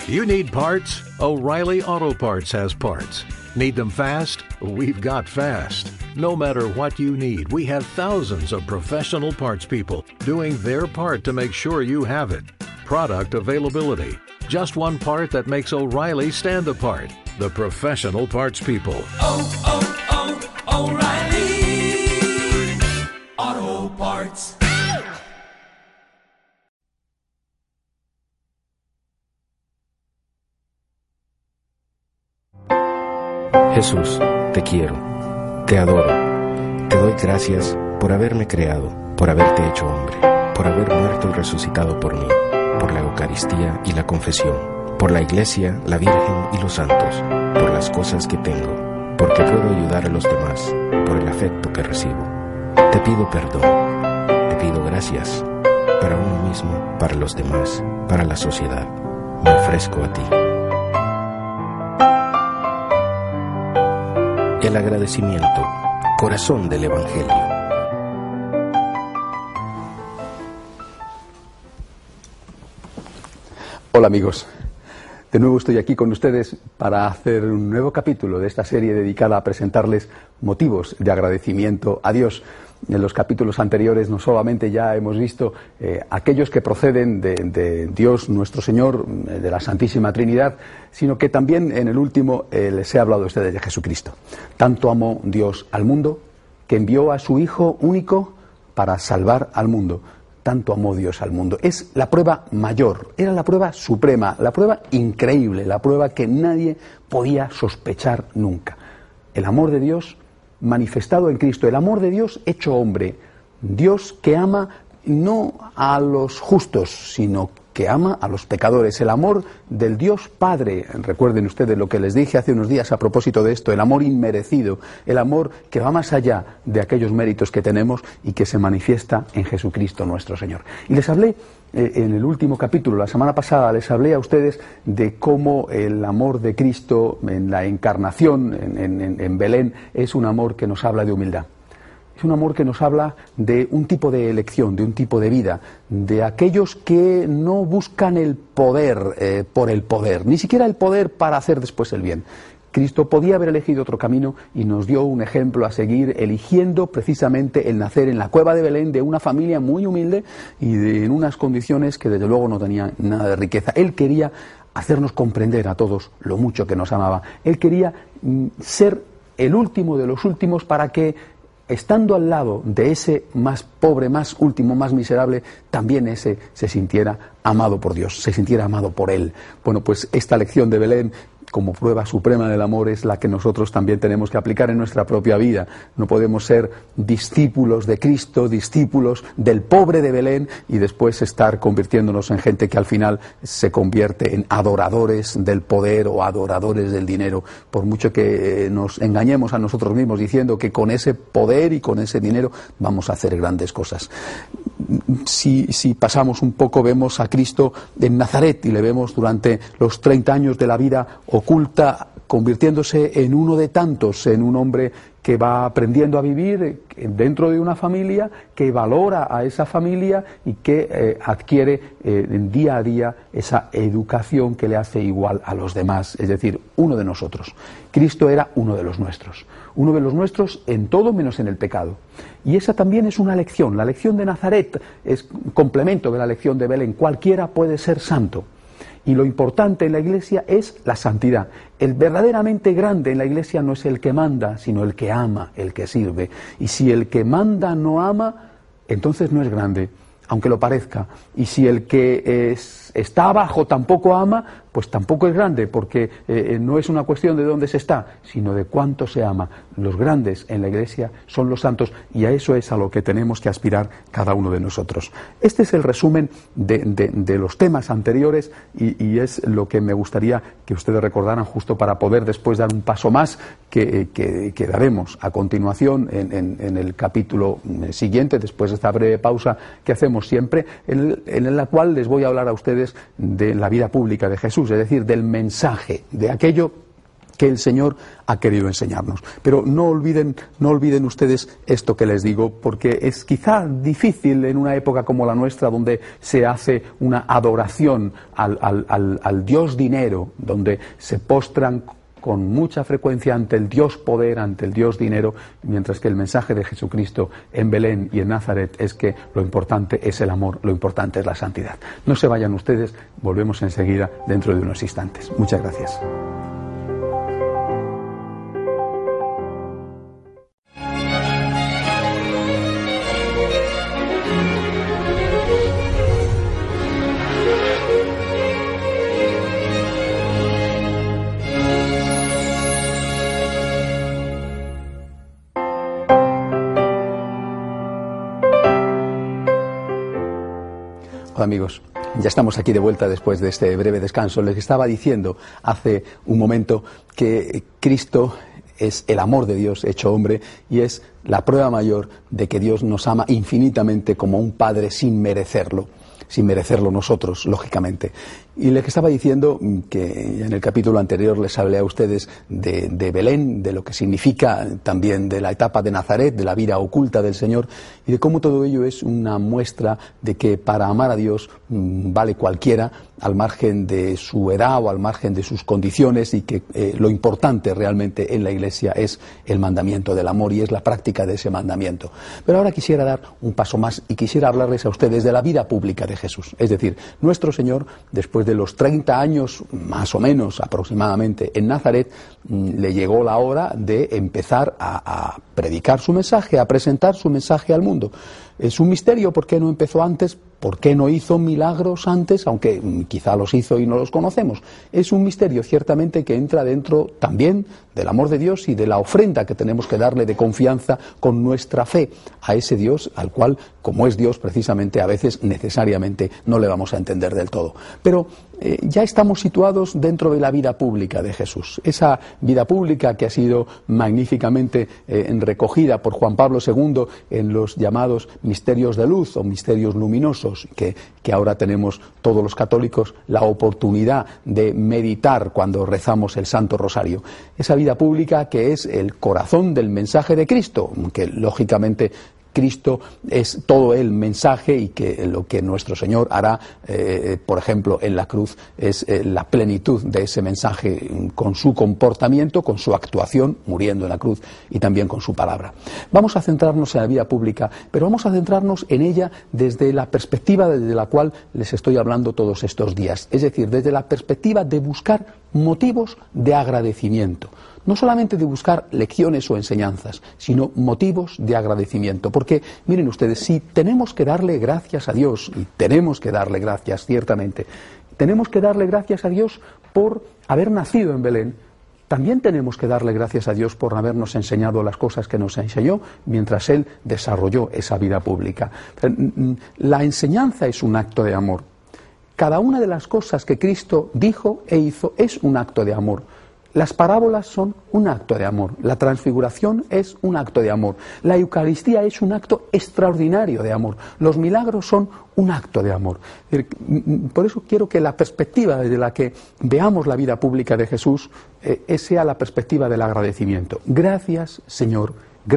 You need parts? O'Reilly Auto Parts has parts. Need them fast? We've got fast. No matter what you need, we have thousands of professional parts people doing their part to make sure you have it. Product availability. Just one part that makes O'Reilly stand apart. The professional parts people. O'Reilly Auto Parts. Jesús, te quiero, te adoro, te doy gracias por haberme creado, por haberte hecho hombre, por haber muerto y resucitado por mí, por la Eucaristía y la confesión, por la Iglesia, la Virgen y los santos, por las cosas que tengo, porque puedo ayudar a los demás, por el afecto que recibo. Te pido perdón, te pido gracias, para uno mismo, para los demás, para la sociedad. Me ofrezco a ti. El agradecimiento, corazón del Evangelio. Hola amigos, de nuevo estoy aquí con ustedes para hacer un nuevo capítulo de esta serie dedicada a presentarles motivos de agradecimiento a Dios. En los capítulos anteriores no solamente ya hemos visto aquellos que proceden de Dios nuestro Señor, de la Santísima Trinidad, sino que también en el último les he hablado a ustedes de Jesucristo. Tanto amó Dios al mundo que envió a su Hijo único para salvar al mundo. Tanto amó Dios al mundo. Es la prueba mayor, era la prueba suprema, la prueba increíble, la prueba que nadie podía sospechar nunca. El amor de Dios manifestado en Cristo, el amor de Dios hecho hombre, Dios que ama no a los justos, sino que ama a los pecadores, el amor del Dios Padre. Recuerden ustedes lo que les dije hace unos días a propósito de esto, el amor inmerecido, el amor que va más allá de aquellos méritos que tenemos y que se manifiesta en Jesucristo nuestro Señor. Y les hablé en el último capítulo, la semana pasada, les hablé a ustedes de cómo el amor de Cristo en la encarnación, en Belén, es un amor que nos habla de humildad. Es un amor que nos habla de un tipo de elección, de un tipo de vida, de aquellos que no buscan el poder por el poder, ni siquiera el poder para hacer después el bien. Cristo podía haber elegido otro camino y nos dio un ejemplo a seguir, eligiendo precisamente el nacer en la cueva de Belén de una familia muy humilde y en unas condiciones que desde luego no tenían nada de riqueza. Él quería hacernos comprender a todos lo mucho que nos amaba. Él quería ser el último de los últimos para que, estando al lado de ese más pobre, más último, más miserable, también ese se sintiera amado por Dios, se sintiera amado por Él. Bueno, pues esta lección de Belén, como prueba suprema del amor, es la que nosotros también tenemos que aplicar en nuestra propia vida. No podemos ser discípulos de Cristo, discípulos del pobre de Belén y después estar convirtiéndonos en gente que al final se convierte en adoradores del poder o adoradores del dinero, por mucho que nos engañemos a nosotros mismos diciendo que con ese poder y con ese dinero vamos a hacer grandes cosas. Si pasamos un poco, vemos a Cristo en Nazaret y le vemos durante los 30 años de la vida oculta, convirtiéndose en uno de tantos, en un hombre que va aprendiendo a vivir dentro de una familia, que valora a esa familia y que adquiere día a día esa educación que le hace igual a los demás, es decir, uno de nosotros. Cristo era uno de los nuestros en todo menos en el pecado. Y esa también es una lección. La lección de Nazaret es un complemento de la lección de Belén. Cualquiera puede ser santo. Y lo importante en la Iglesia es la santidad. El verdaderamente grande en la Iglesia no es el que manda, sino el que ama, el que sirve. Y si el que manda no ama, entonces no es grande, aunque lo parezca. Y si el que está abajo tampoco ama, pues tampoco es grande, porque no es una cuestión de dónde se está, sino de cuánto se ama. Los grandes en la Iglesia son los santos, y a eso es a lo que tenemos que aspirar cada uno de nosotros. Este es el resumen de los temas anteriores, y es lo que me gustaría que ustedes recordaran justo para poder después dar un paso más que daremos a continuación en el capítulo siguiente, después de esta breve pausa que hacemos siempre, en la cual les voy a hablar a ustedes de la vida pública de Jesús, es decir, del mensaje, de aquello que el Señor ha querido enseñarnos. Pero no olviden ustedes esto que les digo, porque es quizá difícil en una época como la nuestra, donde se hace una adoración al Dios dinero, donde se postran con mucha frecuencia ante el Dios poder, ante el Dios dinero, mientras que el mensaje de Jesucristo en Belén y en Nazaret es que lo importante es el amor, lo importante es la santidad. No se vayan ustedes, volvemos enseguida dentro de unos instantes. Muchas gracias. Hola amigos, ya estamos aquí de vuelta después de este breve descanso. Les estaba diciendo hace un momento que Cristo es el amor de Dios hecho hombre y es la prueba mayor de que Dios nos ama infinitamente como un padre sin merecerlo nosotros, lógicamente. Y les estaba diciendo que en el capítulo anterior les hablé a ustedes de Belén, de lo que significa también de la etapa de Nazaret, de la vida oculta del Señor, y de cómo todo ello es una muestra de que para amar a Dios vale cualquiera, al margen de su edad o al margen de sus condiciones, y que lo importante realmente en la Iglesia es el mandamiento del amor y es la práctica de ese mandamiento. Pero ahora quisiera dar un paso más y quisiera hablarles a ustedes de la vida pública de Jesús. Es decir, nuestro Señor, después de los 30 años, más o menos aproximadamente, en Nazaret, le llegó la hora de empezar a predicar su mensaje, a presentar su mensaje al mundo. Es un misterio por qué no empezó antes, por qué no hizo milagros antes, aunque quizá los hizo y no los conocemos. Es un misterio ciertamente que entra dentro también del amor de Dios y de la ofrenda que tenemos que darle de confianza con nuestra fe a ese Dios al cual, como es Dios precisamente, a veces necesariamente no le vamos a entender del todo. Pero ya estamos situados dentro de la vida pública de Jesús. Esa vida pública que ha sido magníficamente recogida por Juan Pablo II en los llamados misterios de luz o misterios luminosos, que ahora tenemos todos los católicos la oportunidad de meditar cuando rezamos el Santo Rosario. Esa vida pública que es el corazón del mensaje de Cristo, que lógicamente Cristo es todo el mensaje y que lo que nuestro Señor hará, por ejemplo, en la cruz, es la plenitud de ese mensaje con su comportamiento, con su actuación, muriendo en la cruz, y también con su palabra. Vamos a centrarnos en la vida pública, pero vamos a centrarnos en ella desde la perspectiva desde la cual les estoy hablando todos estos días, es decir, desde la perspectiva de buscar motivos de agradecimiento. No solamente de buscar lecciones o enseñanzas, sino motivos de agradecimiento. Porque, miren ustedes, si tenemos que darle gracias a Dios, y tenemos que darle gracias, ciertamente, tenemos que darle gracias a Dios por haber nacido en Belén, también tenemos que darle gracias a Dios por habernos enseñado las cosas que nos enseñó mientras Él desarrolló esa vida pública. La enseñanza es un acto de amor. Cada una de las cosas que Cristo dijo e hizo es un acto de amor. Las parábolas son un acto de amor, la transfiguración es un acto de amor, la Eucaristía es un acto extraordinario de amor, los milagros son un acto de amor. Por eso quiero que la perspectiva desde la que veamos la vida pública de Jesús sea la perspectiva del agradecimiento. Gracias, Señor,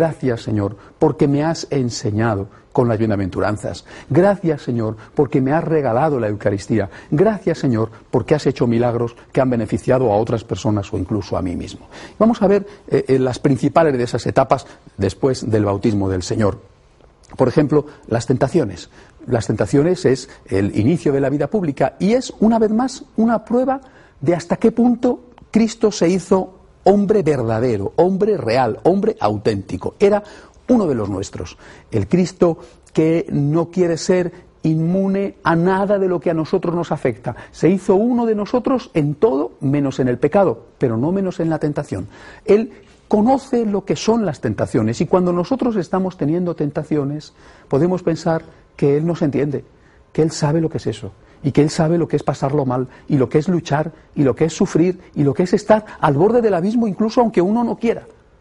porque me has enseñado con las bienaventuranzas. Gracias, Señor, porque me has regalado la Eucaristía. Gracias, Señor, porque has hecho milagros que han beneficiado a otras personas o incluso a mí mismo. Vamos a ver las principales de esas etapas después del bautismo del Señor. Por ejemplo, las tentaciones. Las tentaciones es el inicio de la vida pública y es, una vez más, una prueba de hasta qué punto Cristo se hizo hombre verdadero, hombre real, hombre auténtico. Era uno de los nuestros. El Cristo que no quiere ser inmune a nada de lo que a nosotros nos afecta. Se hizo uno de nosotros en todo, menos en el pecado, pero no menos en la tentación. Él conoce lo que son las tentaciones y cuando nosotros estamos teniendo tentaciones, podemos pensar que Él nos entiende, que Él sabe lo que es eso. Y que Él sabe lo que es pasarlo mal, y lo que es luchar, y lo que es sufrir, y lo que es estar al borde del abismo incluso aunque uno no quiera.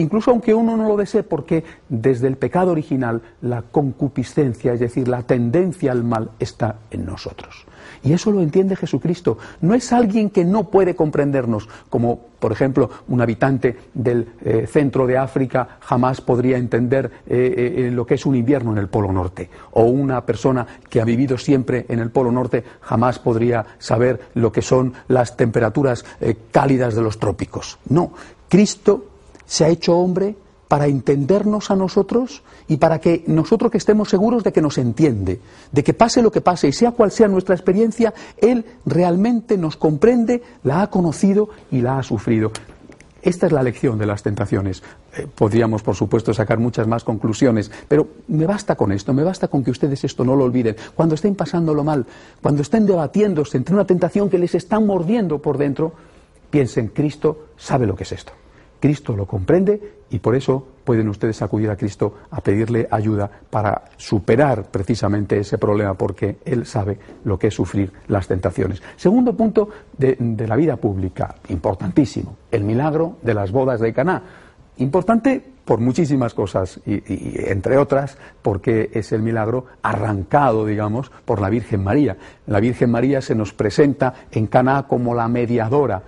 incluso aunque uno no lo desee, porque desde el pecado original la concupiscencia, es decir, la tendencia al mal, está en nosotros. Y eso lo entiende Jesucristo. No es alguien que no puede comprendernos, como por ejemplo un habitante del centro de África jamás podría entender lo que es un invierno en el Polo Norte, o una persona que ha vivido siempre en el Polo Norte jamás podría saber lo que son las temperaturas cálidas de los trópicos. No, Cristo se ha hecho hombre para entendernos a nosotros y para que nosotros que estemos seguros de que nos entiende, de que pase lo que pase y sea cual sea nuestra experiencia, Él realmente nos comprende, la ha conocido y la ha sufrido. Esta es la lección de las tentaciones. Podríamos, por supuesto, sacar muchas más conclusiones, pero me basta con esto, me basta con que ustedes esto no lo olviden. Cuando estén pasándolo mal, cuando estén debatiéndose entre una tentación que les está mordiendo por dentro, piensen, Cristo sabe lo que es esto. Cristo lo comprende y por eso pueden ustedes acudir a Cristo a pedirle ayuda para superar precisamente ese problema, porque Él sabe lo que es sufrir las tentaciones. Segundo punto de la vida pública, importantísimo, el milagro de las bodas de Caná. Importante por muchísimas cosas y entre otras porque es el milagro arrancado, digamos, por la Virgen María. La Virgen María se nos presenta en Caná como la mediadora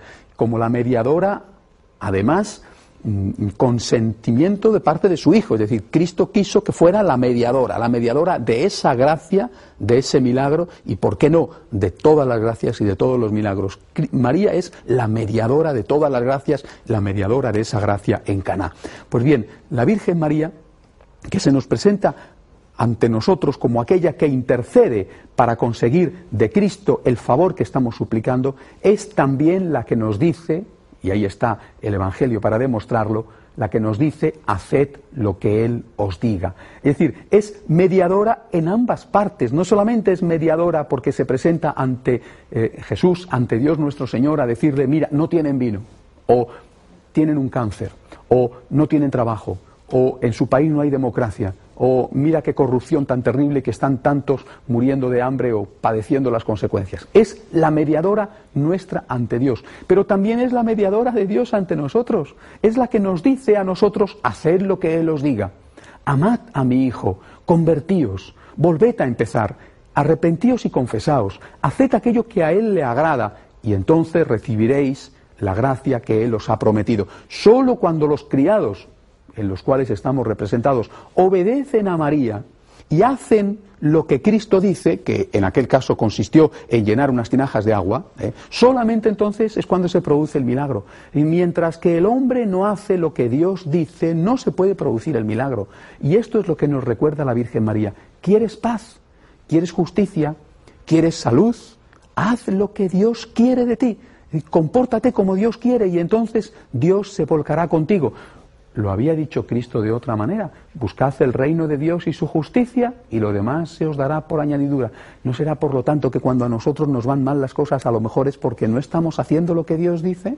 además, consentimiento de parte de su Hijo, es decir, Cristo quiso que fuera la mediadora de esa gracia, de ese milagro y, ¿por qué no?, de todas las gracias y de todos los milagros. María es la mediadora de todas las gracias, la mediadora de esa gracia en Caná. Pues bien, la Virgen María, que se nos presenta ante nosotros como aquella que intercede para conseguir de Cristo el favor que estamos suplicando, es también la que nos dice, y ahí está el Evangelio para demostrarlo, la que nos dice, haced lo que Él os diga. Es decir, es mediadora en ambas partes. No solamente es mediadora porque se presenta ante Jesús, ante Dios nuestro Señor, a decirle, mira, no tienen vino, o tienen un cáncer, o no tienen trabajo, o en su país no hay democracia, o mira qué corrupción tan terrible que están tantos muriendo de hambre o padeciendo las consecuencias. Es la mediadora nuestra ante Dios, pero también es la mediadora de Dios ante nosotros. Es la que nos dice a nosotros, haced lo que Él os diga. Amad a mi Hijo, convertíos, volved a empezar, arrepentíos y confesaos, haced aquello que a Él le agrada, y entonces recibiréis la gracia que Él os ha prometido. Solo cuando los criados, en los cuales estamos representados, obedecen a María y hacen lo que Cristo dice, que en aquel caso consistió en llenar unas tinajas de agua, solamente entonces es cuando se produce el milagro. Y mientras que el hombre no hace lo que Dios dice, no se puede producir el milagro. Y esto es lo que nos recuerda la Virgen María. ¿Quieres paz? ¿Quieres justicia? ¿Quieres salud? Haz lo que Dios quiere de ti. Compórtate como Dios quiere y entonces Dios se volcará contigo. Lo había dicho Cristo de otra manera. Buscad el reino de Dios y su justicia y lo demás se os dará por añadidura. ¿No será por lo tanto que cuando a nosotros nos van mal las cosas a lo mejor es porque no estamos haciendo lo que Dios dice?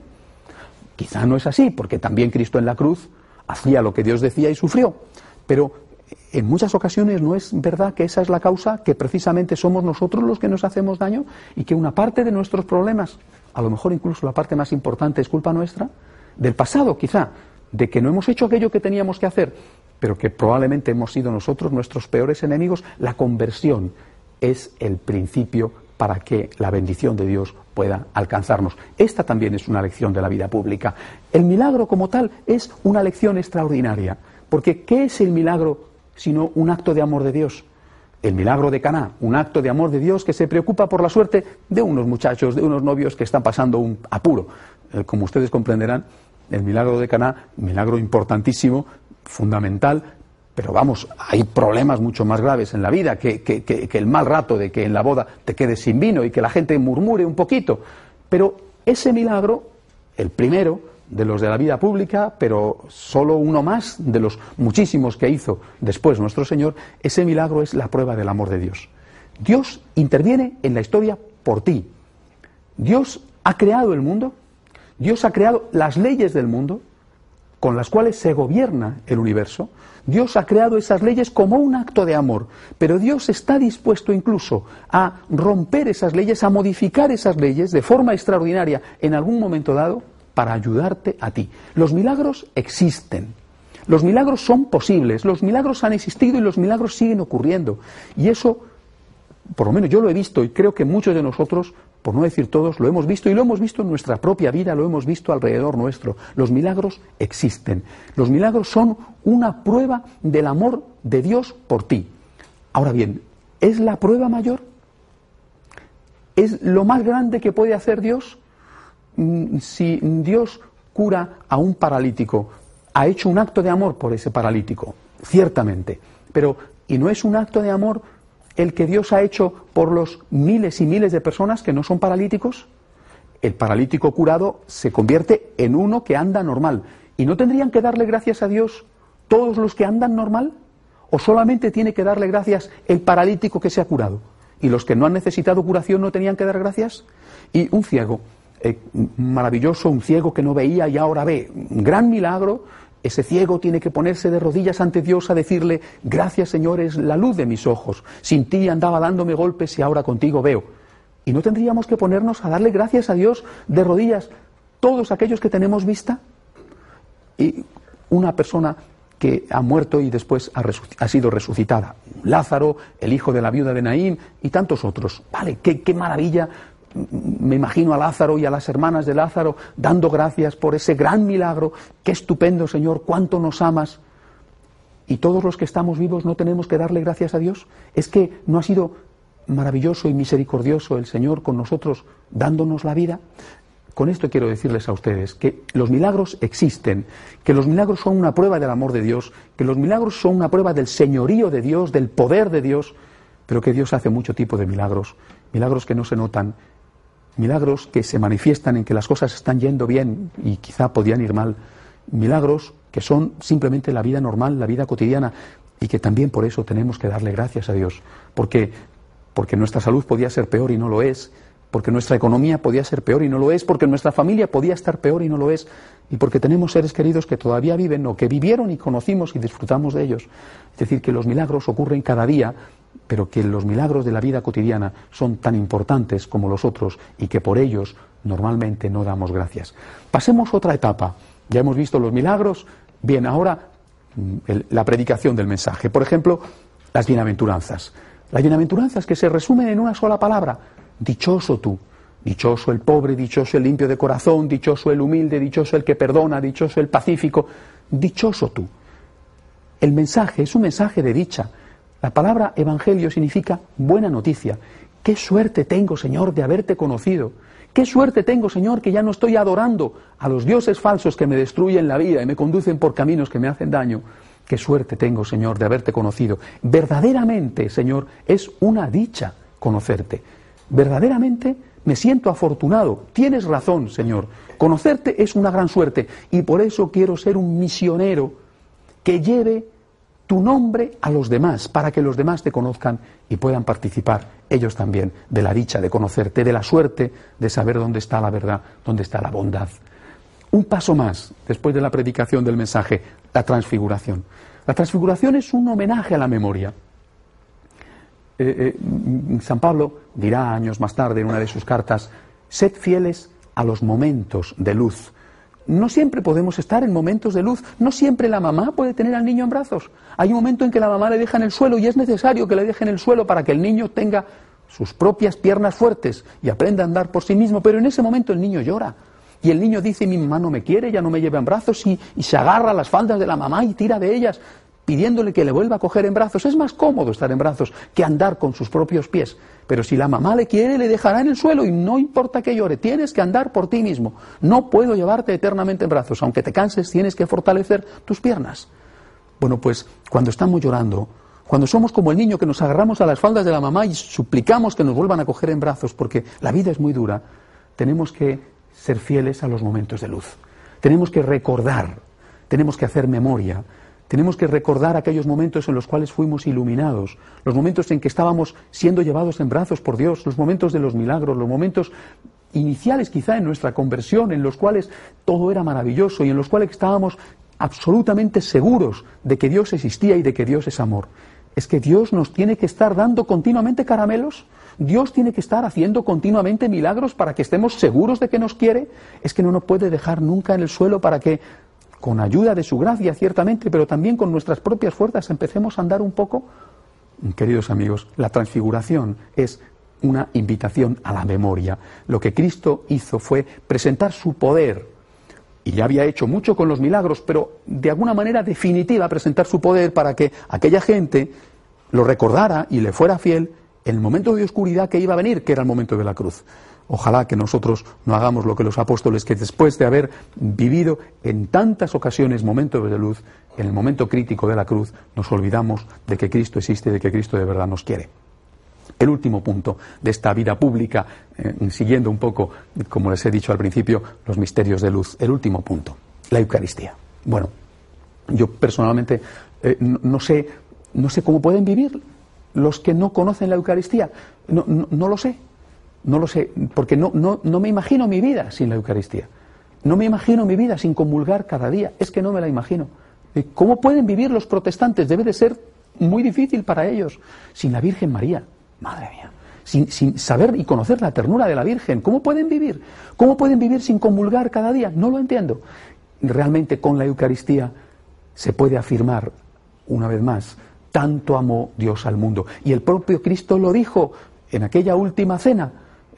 Quizá no es así, porque también Cristo en la cruz hacía lo que Dios decía y sufrió. Pero en muchas ocasiones no es verdad que esa es la causa, que precisamente somos nosotros los que nos hacemos daño y que una parte de nuestros problemas, a lo mejor incluso la parte más importante, es culpa nuestra, del pasado quizá, de que no hemos hecho aquello que teníamos que hacer, pero que probablemente hemos sido nosotros nuestros peores enemigos. La conversión es el principio para que la bendición de Dios pueda alcanzarnos. Esta también es una lección de la vida pública. El milagro como tal es una lección extraordinaria, porque ¿qué es el milagro sino un acto de amor de Dios? El milagro de Caná, un acto de amor de Dios que se preocupa por la suerte de unos muchachos, de unos novios que están pasando un apuro. Como ustedes comprenderán, el milagro de Caná, milagro importantísimo, fundamental, pero vamos, hay problemas mucho más graves en la vida que el mal rato de que en la boda te quedes sin vino y que la gente murmure un poquito. Pero ese milagro, el primero de los de la vida pública, pero solo uno más de los muchísimos que hizo después nuestro Señor, ese milagro es la prueba del amor de Dios. Dios interviene en la historia por ti. Dios ha creado el mundo. Dios ha creado las leyes del mundo con las cuales se gobierna el universo. Dios ha creado esas leyes como un acto de amor, pero Dios está dispuesto incluso a romper esas leyes, a modificar esas leyes de forma extraordinaria en algún momento dado para ayudarte a ti. Los milagros existen. Los milagros son posibles, los milagros han existido y los milagros siguen ocurriendo. Y eso, por lo menos yo lo he visto y creo que muchos de nosotros, por no decir todos, lo hemos visto y lo hemos visto en nuestra propia vida, lo hemos visto alrededor nuestro. Los milagros existen. Los milagros son una prueba del amor de Dios por ti. Ahora bien, ¿es la prueba mayor? ¿Es lo más grande que puede hacer Dios? Si Dios cura a un paralítico, ha hecho un acto de amor por ese paralítico, ciertamente. Pero, ¿y no es un acto de amor el que Dios ha hecho por los miles y miles de personas que no son paralíticos? El paralítico curado se convierte en uno que anda normal. ¿Y no tendrían que darle gracias a Dios todos los que andan normal? ¿O solamente tiene que darle gracias el paralítico que se ha curado? ¿Y los que no han necesitado curación no tenían que dar gracias? Y un ciego, maravilloso, un ciego que no veía y ahora ve, un gran milagro. Ese ciego tiene que ponerse de rodillas ante Dios a decirle: gracias, Señor, es la luz de mis ojos. Sin ti andaba dándome golpes y ahora contigo veo. ¿Y no tendríamos que ponernos a darle gracias a Dios de rodillas todos aquellos que tenemos vista? Y una persona que ha muerto y después ha sido resucitada. Lázaro, el hijo de la viuda de Naín y tantos otros. Vale, qué maravilla. Me imagino a Lázaro y a las hermanas de Lázaro dando gracias por ese gran milagro. Qué estupendo, Señor, cuánto nos amas. ¿Y todos los que estamos vivos no tenemos que darle gracias a Dios? ¿Es que no ha sido maravilloso y misericordioso el Señor con nosotros dándonos la vida? Con esto quiero decirles a ustedes que los milagros existen, que los milagros son una prueba del amor de Dios, que los milagros son una prueba del señorío de Dios, del poder de Dios, pero que Dios hace mucho tipo de milagros, milagros que no se notan, milagros que se manifiestan en que las cosas están yendo bien y quizá podían ir mal, milagros que son simplemente la vida normal, la vida cotidiana, y que también por eso tenemos que darle gracias a Dios, porque nuestra salud podía ser peor y no lo es, porque nuestra economía podía ser peor y no lo es, porque nuestra familia podía estar peor y no lo es, y porque tenemos seres queridos que todavía viven o que vivieron y conocimos y disfrutamos de ellos. Es decir, que los milagros ocurren cada día, pero que los milagros de la vida cotidiana son tan importantes como los otros y que por ellos normalmente no damos gracias. Pasemos a otra etapa. Ya hemos visto los milagros. Bien, ahora la predicación del mensaje. Por ejemplo, las bienaventuranzas. Las bienaventuranzas que se resumen en una sola palabra: dichoso tú, dichoso el pobre, dichoso el limpio de corazón, dichoso el humilde, dichoso el que perdona, dichoso el pacífico, dichoso tú. El mensaje es un mensaje de dicha. La palabra evangelio significa buena noticia. Qué suerte tengo, Señor, de haberte conocido. Qué suerte tengo, Señor, que ya no estoy adorando a los dioses falsos que me destruyen la vida y me conducen por caminos que me hacen daño. Qué suerte tengo, Señor, de haberte conocido. Verdaderamente, Señor, es una dicha conocerte. Verdaderamente me siento afortunado. Tienes razón, Señor. Conocerte es una gran suerte y por eso quiero ser un misionero que lleve tu nombre a los demás, para que los demás te conozcan y puedan participar ellos también de la dicha de conocerte, de la suerte de saber dónde está la verdad, dónde está la bondad. Un paso más, después de la predicación del mensaje, la transfiguración. La transfiguración es un homenaje a la memoria. San Pablo dirá años más tarde en una de sus cartas: sed fieles a los momentos de luz. No siempre podemos estar en momentos de luz, no siempre la mamá puede tener al niño en brazos. Hay un momento en que la mamá le deja en el suelo y es necesario que le deje en el suelo para que el niño tenga sus propias piernas fuertes y aprenda a andar por sí mismo, pero en ese momento el niño llora. Y el niño dice: mi mamá no me quiere, ya no me lleva en brazos, y se agarra a las faldas de la mamá y tira de ellas, pidiéndole que le vuelva a coger en brazos. Es más cómodo estar en brazos que andar con sus propios pies. Pero si la mamá le quiere, le dejará en el suelo y no importa que llore, tienes que andar por ti mismo. No puedo llevarte eternamente en brazos, aunque te canses, tienes que fortalecer tus piernas. Bueno, pues cuando estamos llorando, cuando somos como el niño que nos agarramos a las faldas de la mamá y suplicamos que nos vuelvan a coger en brazos porque la vida es muy dura, tenemos que ser fieles a los momentos de luz. Tenemos que recordar, tenemos que hacer memoria. Tenemos que recordar aquellos momentos en los cuales fuimos iluminados, los momentos en que estábamos siendo llevados en brazos por Dios, los momentos de los milagros, los momentos iniciales quizá en nuestra conversión, en los cuales todo era maravilloso y en los cuales estábamos absolutamente seguros de que Dios existía y de que Dios es amor. ¿Es que Dios nos tiene que estar dando continuamente caramelos? ¿Dios tiene que estar haciendo continuamente milagros para que estemos seguros de que nos quiere? ¿Es que no nos puede dejar nunca en el suelo para que con ayuda de su gracia, ciertamente, pero también con nuestras propias fuerzas, empecemos a andar un poco. Queridos amigos, la transfiguración es una invitación a la memoria. Lo que Cristo hizo fue presentar su poder, y ya había hecho mucho con los milagros, pero de alguna manera definitiva presentar su poder para que aquella gente lo recordara y le fuera fiel en el momento de oscuridad que iba a venir, que era el momento de la cruz. Ojalá que nosotros no hagamos lo que los apóstoles, que después de haber vivido en tantas ocasiones momentos de luz, en el momento crítico de la cruz, nos olvidamos de que Cristo existe y de que Cristo de verdad nos quiere. El último punto de esta vida pública, siguiendo un poco, como les he dicho al principio, los misterios de luz. El último punto, la Eucaristía. Bueno, yo personalmente no sé cómo pueden vivir los que no conocen la Eucaristía. No lo sé. No lo sé, porque no me imagino mi vida sin la Eucaristía. No me imagino mi vida sin comulgar cada día. Es que no me la imagino. ¿Cómo pueden vivir los protestantes? Debe de ser muy difícil para ellos sin la Virgen María. Madre mía. Sin saber y conocer la ternura de la Virgen. ¿Cómo pueden vivir? ¿Cómo pueden vivir sin comulgar cada día? No lo entiendo. Realmente con la Eucaristía se puede afirmar, una vez más, tanto amó Dios al mundo. Y el propio Cristo lo dijo en aquella última cena.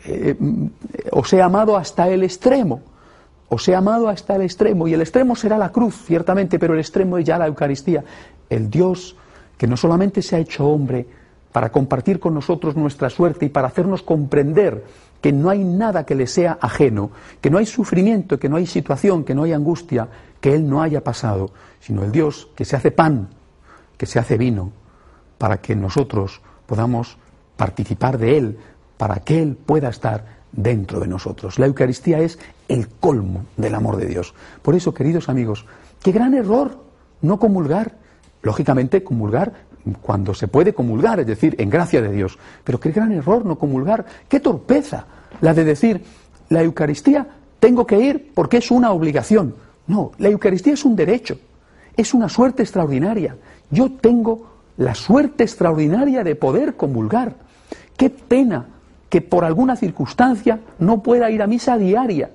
Os he amado hasta el extremo. Os he amado hasta el extremo. Y el extremo será la cruz, ciertamente, pero el extremo es ya la Eucaristía. El Dios que no solamente se ha hecho hombre para compartir con nosotros nuestra suerte y para hacernos comprender que no hay nada que le sea ajeno, que no hay sufrimiento, que no hay situación, que no hay angustia, que Él no haya pasado, sino el Dios que se hace pan, que se hace vino, para que nosotros podamos participar de Él, para que Él pueda estar dentro de nosotros. La Eucaristía es el colmo del amor de Dios. Por eso, queridos amigos, qué gran error no comulgar. Lógicamente, comulgar cuando se puede comulgar, es decir, en gracia de Dios. Pero qué gran error no comulgar, qué torpeza la de decir, la Eucaristía tengo que ir porque es una obligación. No, la Eucaristía es un derecho, es una suerte extraordinaria. Yo tengo la suerte extraordinaria de poder comulgar. Qué pena que por alguna circunstancia no pueda ir a misa diaria.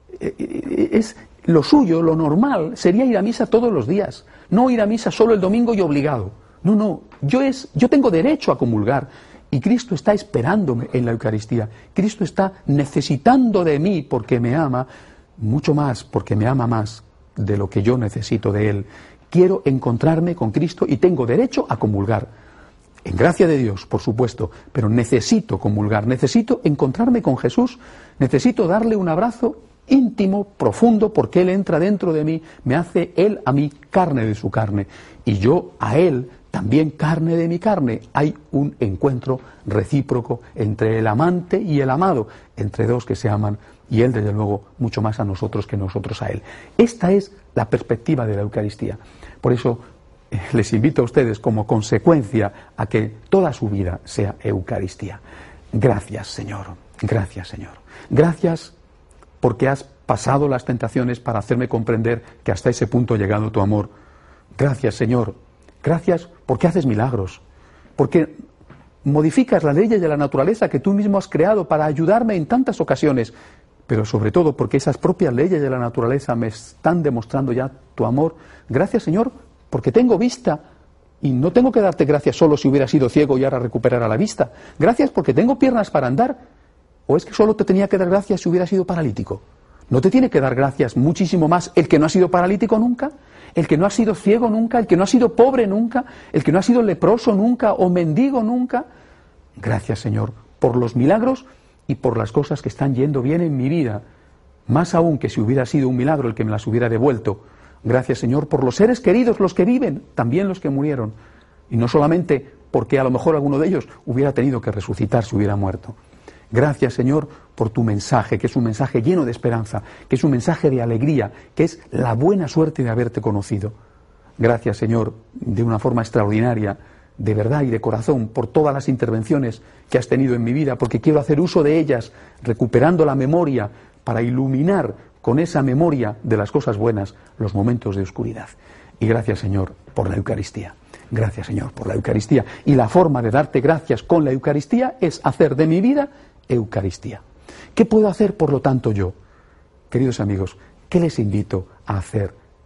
Es lo suyo, lo normal, sería ir a misa todos los días, no ir a misa solo el domingo y obligado. No, yo tengo derecho a comulgar y Cristo está esperándome en la Eucaristía. Cristo está necesitando de mí porque me ama, mucho más porque me ama más de lo que yo necesito de Él. Quiero encontrarme con Cristo y tengo derecho a comulgar. En gracia de Dios, por supuesto, pero necesito comulgar, necesito encontrarme con Jesús, necesito darle un abrazo íntimo, profundo, porque Él entra dentro de mí, me hace Él a mí carne de su carne, y yo a Él también carne de mi carne. Hay un encuentro recíproco entre el amante y el amado, entre dos que se aman, y Él, desde luego, mucho más a nosotros que nosotros a Él. Esta es la perspectiva de la Eucaristía. Por eso les invito a ustedes como consecuencia a que toda su vida sea Eucaristía. Gracias, Señor. Gracias, Señor. Gracias porque has pasado las tentaciones para hacerme comprender que hasta ese punto ha llegado tu amor. Gracias, Señor. Gracias porque haces milagros. Porque modificas las leyes de la naturaleza que tú mismo has creado para ayudarme en tantas ocasiones. Pero sobre todo porque esas propias leyes de la naturaleza me están demostrando ya tu amor. Gracias, Señor, porque tengo vista y no tengo que darte gracias solo si hubiera sido ciego y ahora recuperara la vista. Gracias porque tengo piernas para andar. ¿O es que solo te tenía que dar gracias si hubiera sido paralítico? ¿No te tiene que dar gracias muchísimo más el que no ha sido paralítico nunca? ¿El que no ha sido ciego nunca? ¿El que no ha sido pobre nunca? ¿El que no ha sido leproso nunca o mendigo nunca? Gracias, Señor, por los milagros y por las cosas que están yendo bien en mi vida. Más aún que si hubiera sido un milagro el que me las hubiera devuelto. Gracias, Señor, por los seres queridos, los que viven, también los que murieron. Y no solamente porque a lo mejor alguno de ellos hubiera tenido que resucitar si hubiera muerto. Gracias, Señor, por tu mensaje, que es un mensaje lleno de esperanza, que es un mensaje de alegría, que es la buena suerte de haberte conocido. Gracias, Señor, de una forma extraordinaria, de verdad y de corazón, por todas las intervenciones que has tenido en mi vida, porque quiero hacer uso de ellas, recuperando la memoria, para iluminar con esa memoria de las cosas buenas los momentos de oscuridad. Y gracias, Señor, por la Eucaristía. Gracias, Señor, por la Eucaristía. Y la forma de darte gracias con la Eucaristía es hacer de mi vida Eucaristía. ¿Qué puedo hacer, por lo tanto, yo? Queridos amigos, ¿qué les invito a hacer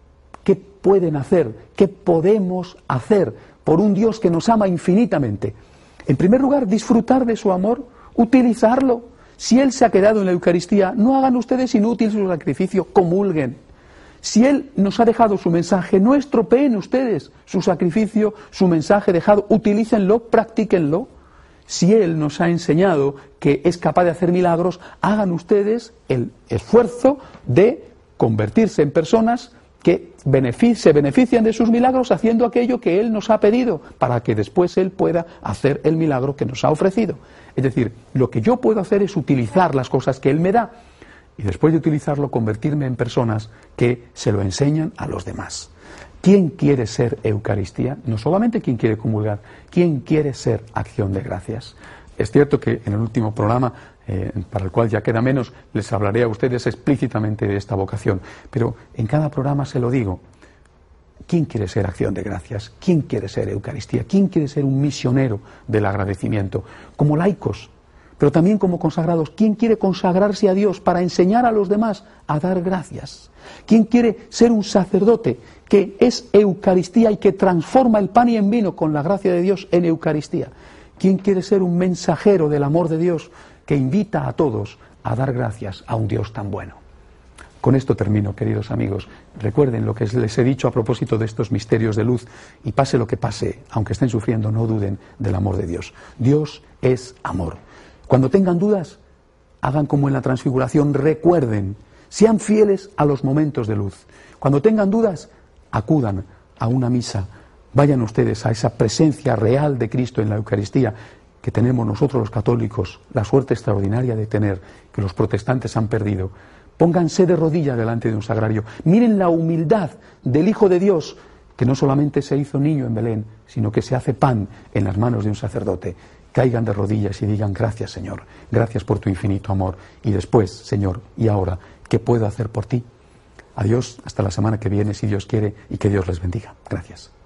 ¿Qué pueden hacer? ¿Qué podemos hacer por un Dios que nos ama infinitamente? En primer lugar, disfrutar de su amor, utilizarlo. Si Él se ha quedado en la Eucaristía, no hagan ustedes inútil su sacrificio, comulguen. Si Él nos ha dejado su mensaje, no estropeen ustedes su sacrificio, su mensaje dejado, utilícenlo, practíquenlo. Si Él nos ha enseñado que es capaz de hacer milagros, hagan ustedes el esfuerzo de convertirse en personas que se benefician de sus milagros haciendo aquello que Él nos ha pedido, para que después Él pueda hacer el milagro que nos ha ofrecido. Es decir, lo que yo puedo hacer es utilizar las cosas que Él me da, y después de utilizarlo, convertirme en personas que se lo enseñan a los demás. ¿Quién quiere ser Eucaristía? No solamente quién quiere comulgar, ¿quién quiere ser acción de gracias? Es cierto que en el último programa, para el cual ya queda menos, les hablaré a ustedes explícitamente de esta vocación, pero en cada programa se lo digo. ¿Quién quiere ser acción de gracias? ¿Quién quiere ser Eucaristía? ¿Quién quiere ser un misionero del agradecimiento? Como laicos, pero también como consagrados. ¿Quién quiere consagrarse a Dios para enseñar a los demás a dar gracias? ¿Quién quiere ser un sacerdote que es Eucaristía y que transforma el pan y el vino con la gracia de Dios en Eucaristía? ¿Quién quiere ser un mensajero del amor de Dios que invita a todos a dar gracias a un Dios tan bueno? Con esto termino, queridos amigos. Recuerden lo que les he dicho a propósito de estos misterios de luz, y pase lo que pase, aunque estén sufriendo, no duden del amor de Dios. Dios es amor. Cuando tengan dudas, hagan como en la Transfiguración, recuerden, sean fieles a los momentos de luz. Cuando tengan dudas, acudan a una misa, vayan ustedes a esa presencia real de Cristo en la Eucaristía que tenemos nosotros los católicos, la suerte extraordinaria de tener, que los protestantes han perdido. Pónganse de rodillas delante de un sagrario, miren la humildad del Hijo de Dios, que no solamente se hizo niño en Belén, sino que se hace pan en las manos de un sacerdote. Caigan de rodillas y digan: gracias, Señor, gracias por tu infinito amor. Y después, Señor, ¿y ahora qué puedo hacer por ti? Adiós, hasta la semana que viene, si Dios quiere, y que Dios les bendiga. Gracias.